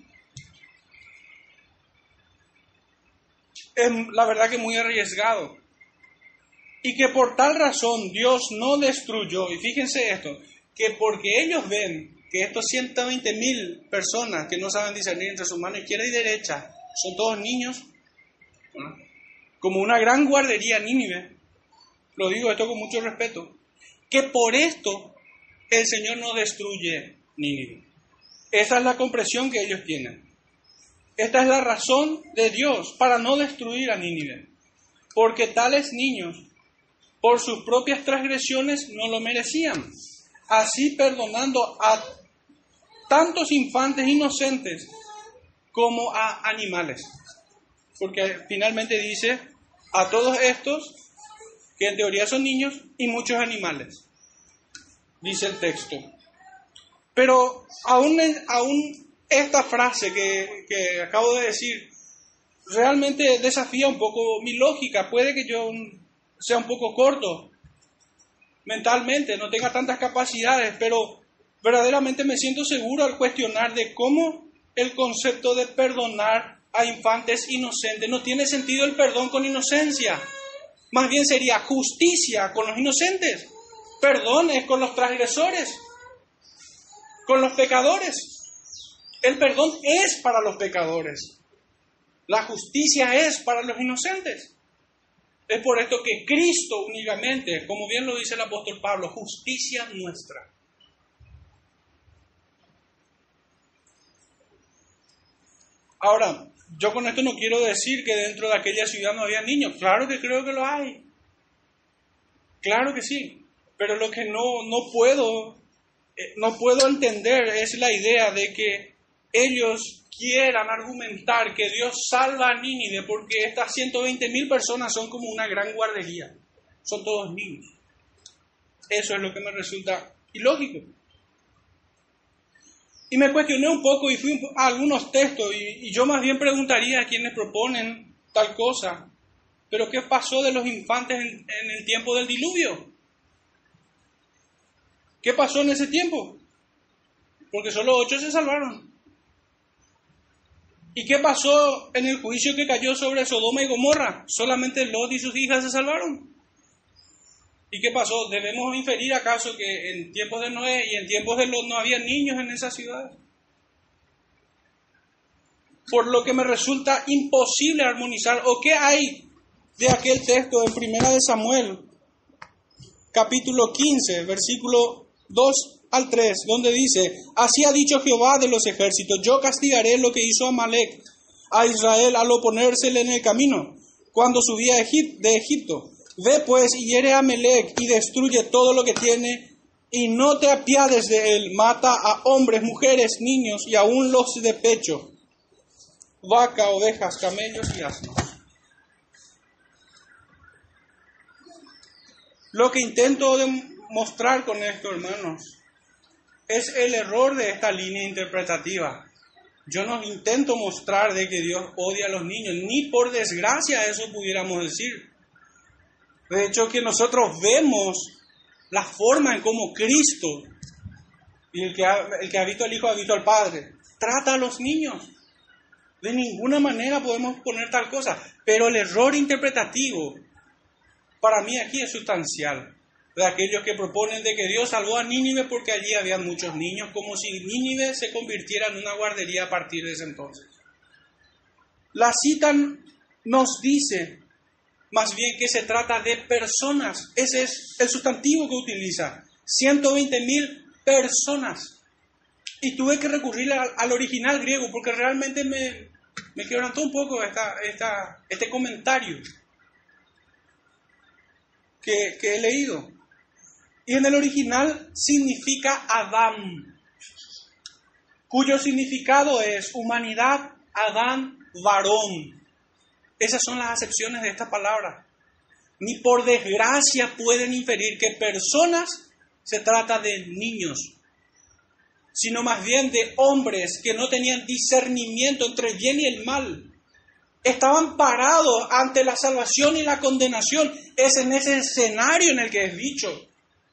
Es la verdad que muy arriesgado. Y que por tal razón Dios no destruyó, y fíjense esto, que porque ellos ven que estos 120.000 personas que no saben discernir entre su mano izquierda y derecha son todos niños, ¿no?, como una gran guardería Nínive, lo digo esto con mucho respeto, que por esto el Señor no destruye Nínive. Esa es la comprensión que ellos tienen. Esta es la razón de Dios para no destruir a Nínive, porque tales niños por sus propias transgresiones no lo merecían, así perdonando a tantos infantes inocentes como a animales. Porque finalmente dice a todos estos, que en teoría son niños, y muchos animales, dice el texto. Pero aún esta frase que acabo de decir, realmente desafía un poco mi lógica. Puede que yo sea un poco corto mentalmente, no tenga tantas capacidades, pero verdaderamente me siento seguro al cuestionar de cómo el concepto de perdonar a infantes inocentes no tiene sentido el perdón con inocencia. Más bien sería justicia con los inocentes. Perdón es con los transgresores, con los pecadores. El perdón es para los pecadores. La justicia es para los inocentes. Es por esto que Cristo únicamente, como bien lo dice el apóstol Pablo, justicia nuestra. Ahora, yo con esto no quiero decir que dentro de aquella ciudad no había niños. Claro que creo que lo hay. Claro que sí. Pero lo que no puedo entender es la idea de que ellos quieran argumentar que Dios salva a Nínive porque estas 120,000 personas son como una gran guardería. Son todos niños. Eso es lo que me resulta ilógico. Y me cuestioné un poco y fui a algunos textos y yo más bien preguntaría a quienes proponen tal cosa. ¿Pero qué pasó de los infantes en el tiempo del diluvio? ¿Qué pasó en ese tiempo? Porque solo 8 se salvaron. ¿Y qué pasó en el juicio que cayó sobre Sodoma y Gomorra? Solamente Lot y sus hijas se salvaron. ¿Y qué pasó? ¿Debemos inferir acaso que en tiempos de Noé y en tiempos de Lot no había niños en esas ciudades? Por lo que me resulta imposible armonizar. ¿O qué hay de aquel texto en 1 de Samuel, capítulo 15, versículo 2 al 3, donde dice: así ha dicho Jehová de los ejércitos, yo castigaré lo que hizo Amalec a Israel al oponérsele en el camino, cuando subía de Egipto. Ve pues y hiere a Amalec y destruye todo lo que tiene, y no te apiades de él. Mata a hombres, mujeres, niños y aún los de pecho, vaca, ovejas, camellos y asnos. Lo que intento demostrar con esto, hermanos, es el error de esta línea interpretativa. Yo no intento mostrar de que Dios odia a los niños, ni por desgracia eso pudiéramos decir. De hecho, que nosotros vemos la forma en cómo Cristo, y el que ha visto al Hijo ha visto al Padre, trata a los niños. De ninguna manera podemos poner tal cosa, pero el error interpretativo para mí aquí es sustancial. De aquellos que proponen de que Dios salvó a Nínive porque allí habían muchos niños, como si Nínive se convirtiera en una guardería a partir de ese entonces. La cita nos dice más bien que se trata de personas. Ese es el sustantivo que utiliza. 120,000 personas. Y tuve que recurrir al original griego porque realmente me quebrantó un poco este comentario que he leído. Y en el original significa Adán, cuyo significado es humanidad, Adán, varón. Esas son las acepciones de esta palabra. Ni por desgracia pueden inferir que personas se trata de niños, sino más bien de hombres que no tenían discernimiento entre el bien y el mal. Estaban parados ante la salvación y la condenación. Es en ese escenario en el que es dicho.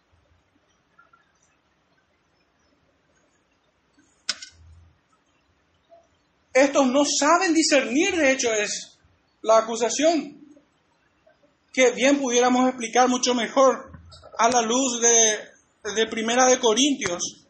Estos no saben discernir, de hecho, es la acusación, que bien pudiéramos explicar mucho mejor a la luz de Primera de Corintios,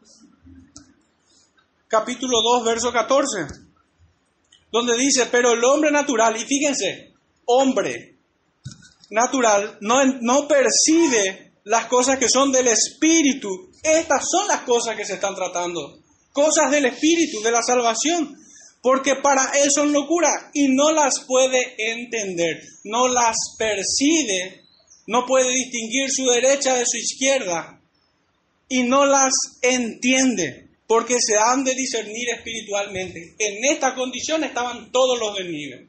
capítulo 2, verso 14, donde dice: pero el hombre natural, y fíjense, hombre natural, no percibe las cosas que son del Espíritu. Estas son las cosas que se están tratando, cosas del Espíritu, de la salvación. Porque para él son locura y no las puede entender, no las percibe, no puede distinguir su derecha de su izquierda y no las entiende, porque se han de discernir espiritualmente. En esta condición estaban todos los del Nínive.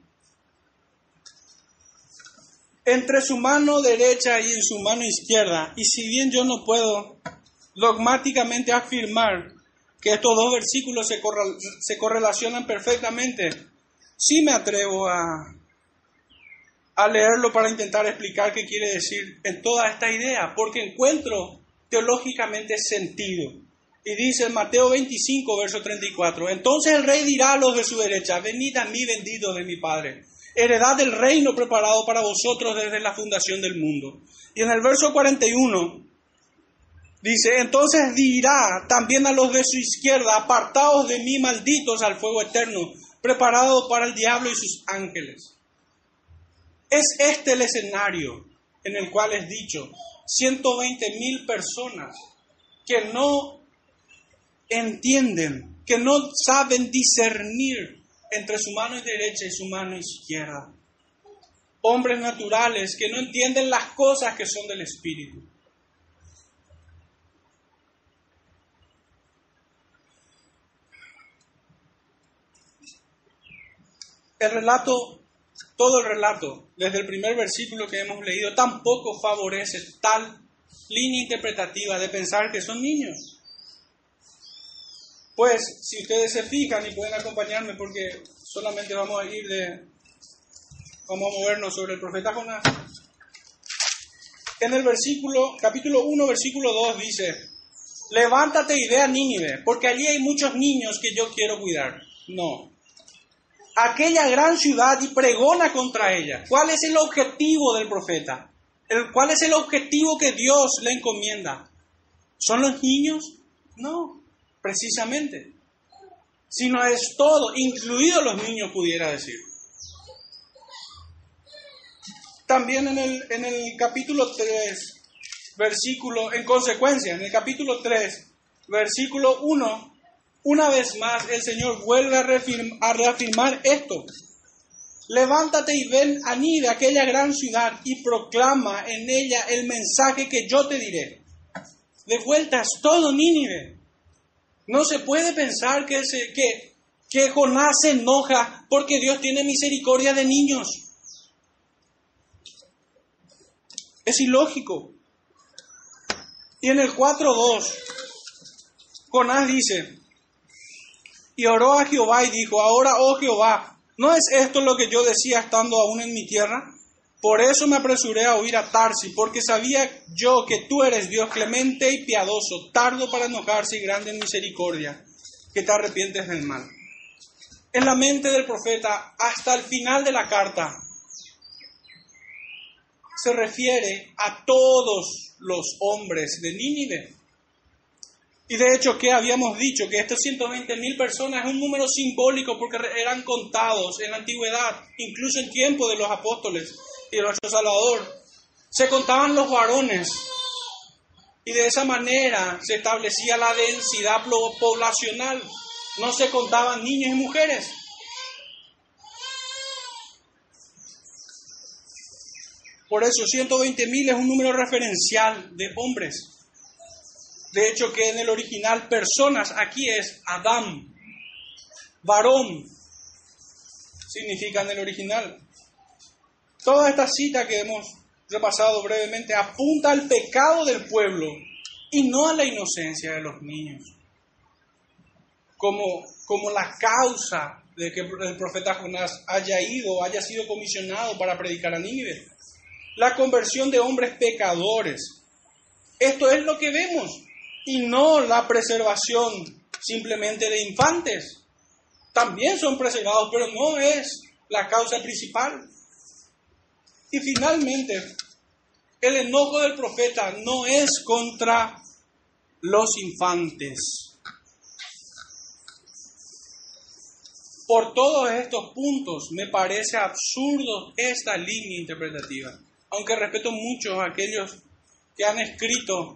Entre su mano derecha y en su mano izquierda, y si bien yo no puedo dogmáticamente afirmar que estos dos versículos se correlacionan perfectamente, sí me atrevo a leerlo para intentar explicar qué quiere decir en toda esta idea, porque encuentro teológicamente sentido. Y dice en Mateo 25, verso 34, entonces el rey dirá a los de su derecha, venid a mí benditos de mi Padre, heredad del reino preparado para vosotros desde la fundación del mundo. Y en el verso 41 dice, entonces dirá también a los de su izquierda, apartaos de mí, malditos, al fuego eterno, preparado para el diablo y sus ángeles. Es este el escenario en el cual es dicho, 120,000 personas que no entienden, que no saben discernir entre su mano derecha y su mano izquierda. Hombres naturales que no entienden las cosas que son del Espíritu. Todo el relato, desde el primer versículo que hemos leído, tampoco favorece tal línea interpretativa de pensar que son niños. Pues, si ustedes se fijan y pueden acompañarme, porque solamente vamos a movernos sobre el profeta Jonás. En el capítulo 1, versículo 2 dice, levántate y ve a Nínive, porque allí hay muchos niños que yo quiero cuidar. No. Aquella gran ciudad y pregona contra ella. ¿Cuál es el objetivo del profeta? ¿Cuál es el objetivo que Dios le encomienda? ¿Son los niños? No, precisamente. Sino es todo, incluidos los niños, pudiera decir. También en el capítulo 3, en el capítulo 3, versículo 1, una vez más el Señor vuelve a reafirmar esto. Levántate y ven a Nínive, aquella gran ciudad, y proclama en ella el mensaje que yo te diré. De vuelta es todo Nínive. No se puede pensar que Jonás se enoja porque Dios tiene misericordia de niños. Es ilógico. Y en el 4:2, Jonás dice, y oró a Jehová y dijo, ahora, oh Jehová, ¿no es esto lo que yo decía estando aún en mi tierra? Por eso me apresuré a huir a Tarsis, porque sabía yo que tú eres Dios clemente y piadoso, tardo para enojarse y grande en misericordia, que te arrepientes del mal. En la mente del profeta, hasta el final de la carta, se refiere a todos los hombres de Nínive. Y de hecho, ¿qué habíamos dicho? Que estos 120,000 personas es un número simbólico porque eran contados en la antigüedad, incluso en tiempo de los apóstoles y de nuestro Salvador. Se contaban los varones y de esa manera se establecía la densidad poblacional. No se contaban niños y mujeres. Por eso 120,000 es un número referencial de hombres. De hecho, que en el original personas, aquí es Adam, varón, significa en el original. Toda esta cita que hemos repasado brevemente apunta al pecado del pueblo y no a la inocencia de los niños, como la causa de que el profeta Jonás haya sido comisionado para predicar a Nínive. La conversión de hombres pecadores. Esto es lo que vemos. Y no la preservación simplemente de infantes. También son preservados, pero no es la causa principal. Y finalmente, el enojo del profeta no es contra los infantes. Por todos estos puntos me parece absurdo esta línea interpretativa, aunque respeto mucho a aquellos que han escrito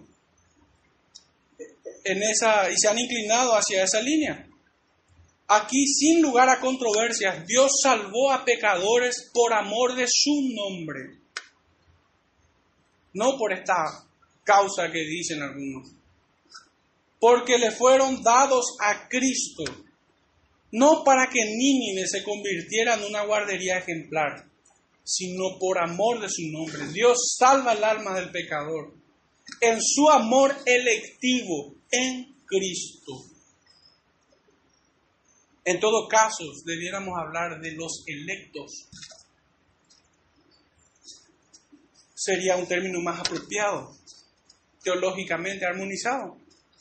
y se han inclinado hacia esa línea. Aquí, sin lugar a controversias, Dios salvó a pecadores por amor de su nombre. no por esta causa que dicen algunos, porque le fueron dados a Cristo, no para que Nínive se convirtiera en una guardería ejemplar, sino por amor de su nombre. Dios salva el alma del pecador en su amor electivo en Cristo. En todo caso, debiéramos hablar de los electos. Sería un término más apropiado, teológicamente armonizado.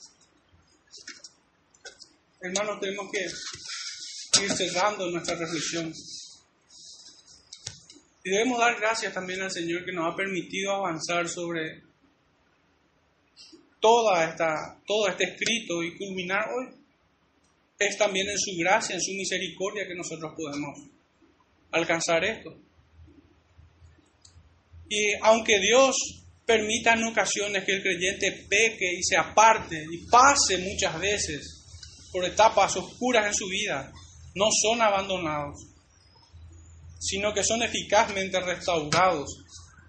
Hermanos, tenemos que ir cerrando nuestra reflexión. Y debemos dar gracias también al Señor que nos ha permitido avanzar sobre todo este escrito y culminar hoy. Es también en su gracia, en su misericordia que nosotros podemos alcanzar esto. Y aunque Dios permita en ocasiones que el creyente peque y se aparte y pase muchas veces por etapas oscuras en su vida, no son abandonados, sino que son eficazmente restaurados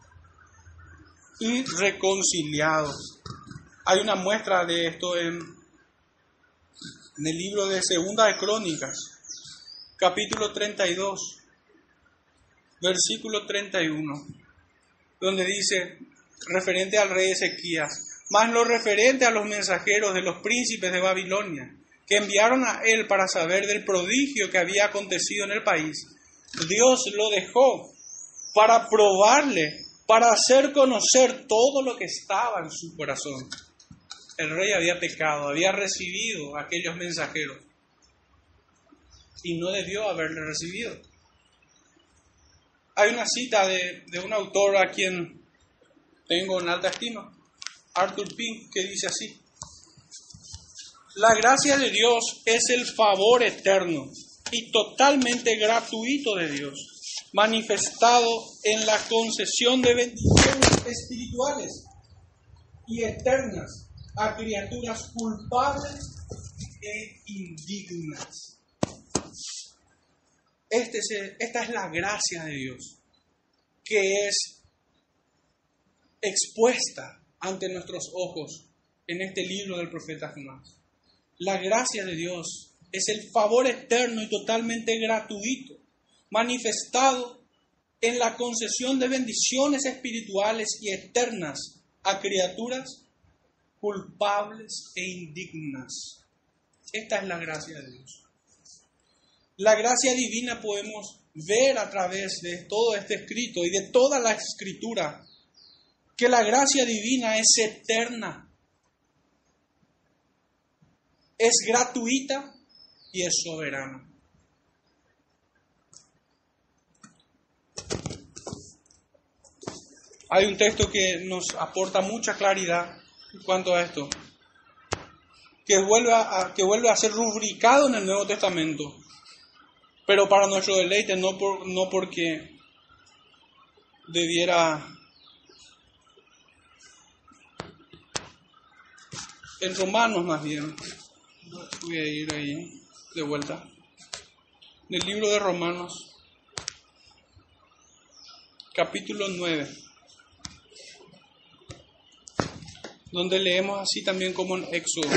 y reconciliados. Hay una muestra de esto en el libro de Segunda de Crónicas, capítulo 32, versículo 31, donde dice, referente al rey Ezequías, mas lo referente a los mensajeros de los príncipes de Babilonia, que enviaron a él para saber del prodigio que había acontecido en el país, Dios lo dejó para probarle, para hacer conocer todo lo que estaba en su corazón. El rey había pecado, había recibido a aquellos mensajeros y no debió haberle recibido. Hay una cita de un autor a quien tengo en alta estima, Arthur Pink, que dice así: la gracia de Dios es el favor eterno y totalmente gratuito de Dios, manifestado en la concesión de bendiciones espirituales y eternas a criaturas culpables e indignas. Esta es la gracia de Dios, que es expuesta ante nuestros ojos en este libro del profeta Jonás. La gracia de Dios es el favor eterno y totalmente gratuito, manifestado en la concesión de bendiciones espirituales y eternas a criaturas culpables e indignas. Esta es la gracia de Dios. La gracia divina podemos ver a través de todo este escrito y de toda la escritura, que la gracia divina es eterna, es gratuita y es soberana. Hay un texto que nos aporta mucha claridad en cuanto a esto, que vuelve a ser rubricado en el Nuevo Testamento, pero para nuestro deleite, no porque debiera, en Romanos más bien, voy a ir ahí de vuelta, del libro de Romanos, capítulo 9, donde leemos así también como en Éxodo: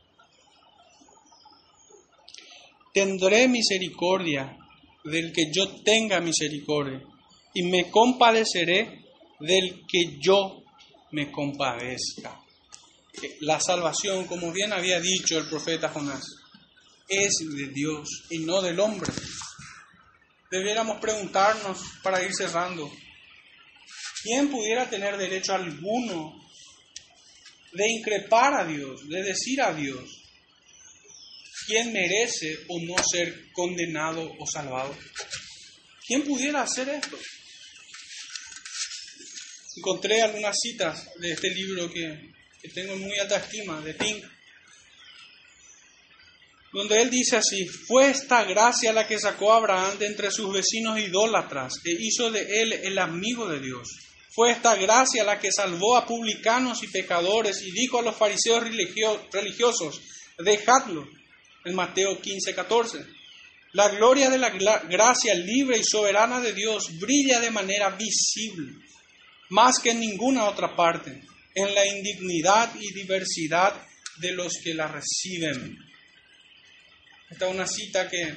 tendré misericordia del que yo tenga misericordia, y me compadeceré del que yo me compadezca. La salvación, como bien había dicho el profeta Jonás, es de Dios y no del hombre. Debiéramos preguntarnos, para ir cerrando, ¿quién pudiera tener derecho alguno de increpar a Dios, de decir a Dios quién merece o no ser condenado o salvado? ¿Quién pudiera hacer esto? Encontré algunas citas de este libro que tengo en muy alta estima, de Pink, donde él dice así: fue esta gracia la que sacó a Abraham de entre sus vecinos idólatras e hizo de él el amigo de Dios. Fue esta gracia la que salvó a publicanos y pecadores y dijo a los fariseos religiosos: dejadlo, en Mateo 15:14. La gloria de la gracia libre y soberana de Dios brilla de manera visible más que en ninguna otra parte, en la indignidad y diversidad de los que la reciben. Esta es una cita que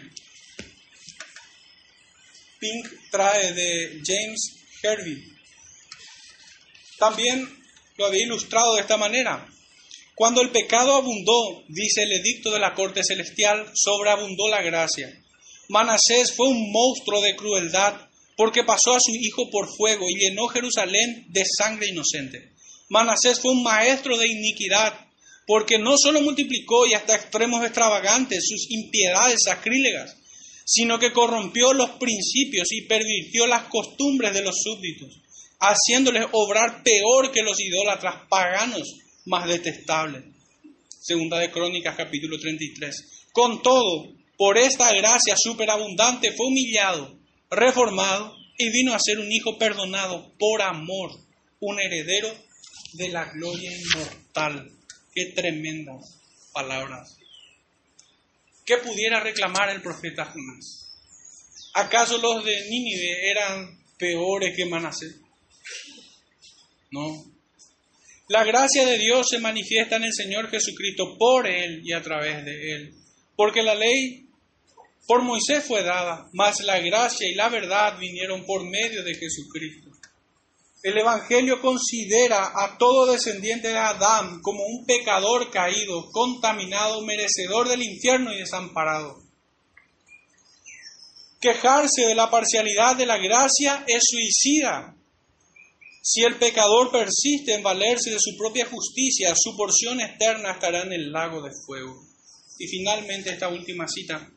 Pink trae de James Hervey. También lo había ilustrado de esta manera. Cuando el pecado abundó, dice el edicto de la corte celestial, sobreabundó la gracia. Manasés fue un monstruo de crueldad porque pasó a su hijo por fuego y llenó Jerusalén de sangre inocente. Manasés fue un maestro de iniquidad porque no solo multiplicó y hasta extremos extravagantes sus impiedades sacrílegas, sino que corrompió los principios y pervirtió las costumbres de los súbditos, haciéndoles obrar peor que los idólatras paganos más detestables. Segunda de Crónicas, capítulo 33. Con todo, por esta gracia superabundante fue humillado, reformado y vino a ser un hijo perdonado por amor, un heredero de la gloria inmortal. Qué tremendas palabras. ¿Qué pudiera reclamar el profeta Jonás? ¿Acaso los de Nínive eran peores que Manasés? No. La gracia de Dios se manifiesta en el Señor Jesucristo por Él y a través de Él. Porque la ley por Moisés fue dada, mas la gracia y la verdad vinieron por medio de Jesucristo. El Evangelio considera a todo descendiente de Adán como un pecador caído, contaminado, merecedor del infierno y desamparado. Quejarse de la parcialidad de la gracia es suicida. Si el pecador persiste en valerse de su propia justicia, su porción eterna estará en el lago de fuego. Y finalmente esta última cita.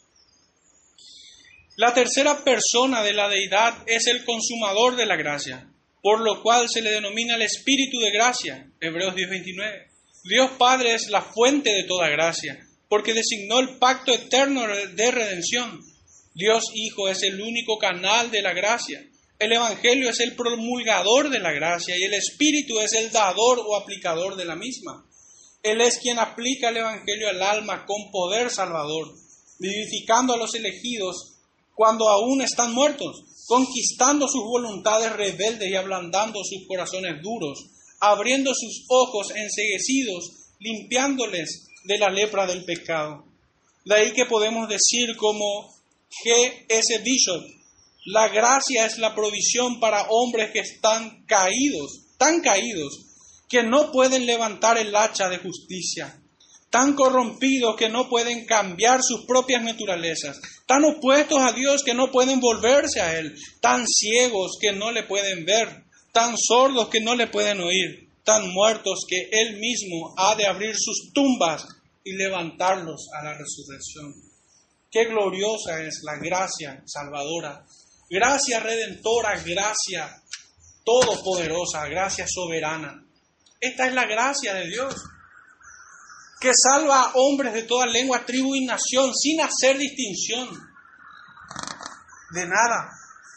La tercera persona de la deidad es el consumador de la gracia, por lo cual se le denomina el Espíritu de gracia, Hebreos 10:29. Dios Padre es la fuente de toda gracia, porque designó el pacto eterno de redención. Dios Hijo es el único canal de la gracia. El Evangelio es el promulgador de la gracia y el Espíritu es el dador o aplicador de la misma. Él es quien aplica el Evangelio al alma con poder salvador, vivificando a los elegidos cuando aún están muertos, conquistando sus voluntades rebeldes y ablandando sus corazones duros, abriendo sus ojos enceguecidos, limpiándoles de la lepra del pecado. De ahí que podemos decir como G.S. Bishop, la gracia es la provisión para hombres que están caídos, tan caídos, que no pueden levantar el hacha de justicia, tan corrompidos que no pueden cambiar sus propias naturalezas, tan opuestos a Dios que no pueden volverse a Él, tan ciegos que no le pueden ver, tan sordos que no le pueden oír, tan muertos que Él mismo ha de abrir sus tumbas y levantarlos a la resurrección. Qué gloriosa es la gracia salvadora, gracia redentora, gracia todopoderosa, gracia soberana. Esta es la gracia de Dios, que salva a hombres de toda lengua, tribu y nación, sin hacer distinción de nada,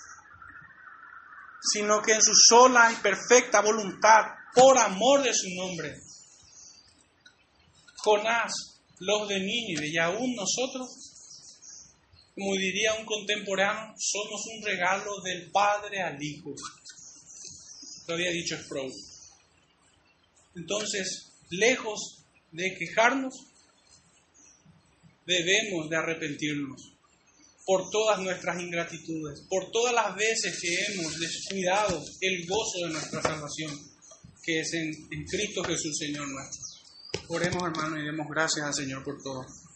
sino que en su sola y perfecta voluntad, por amor de su nombre. Jonás, los de Nínive y aún nosotros, como diría un contemporáneo, somos un regalo del Padre al Hijo. Lo había dicho Sproul. Entonces, lejos de quejarnos, debemos de arrepentirnos por todas nuestras ingratitudes, por todas las veces que hemos descuidado el gozo de nuestra salvación, que es en Cristo Jesús, Señor nuestro. Oremos, hermanos, y demos gracias al Señor por todo.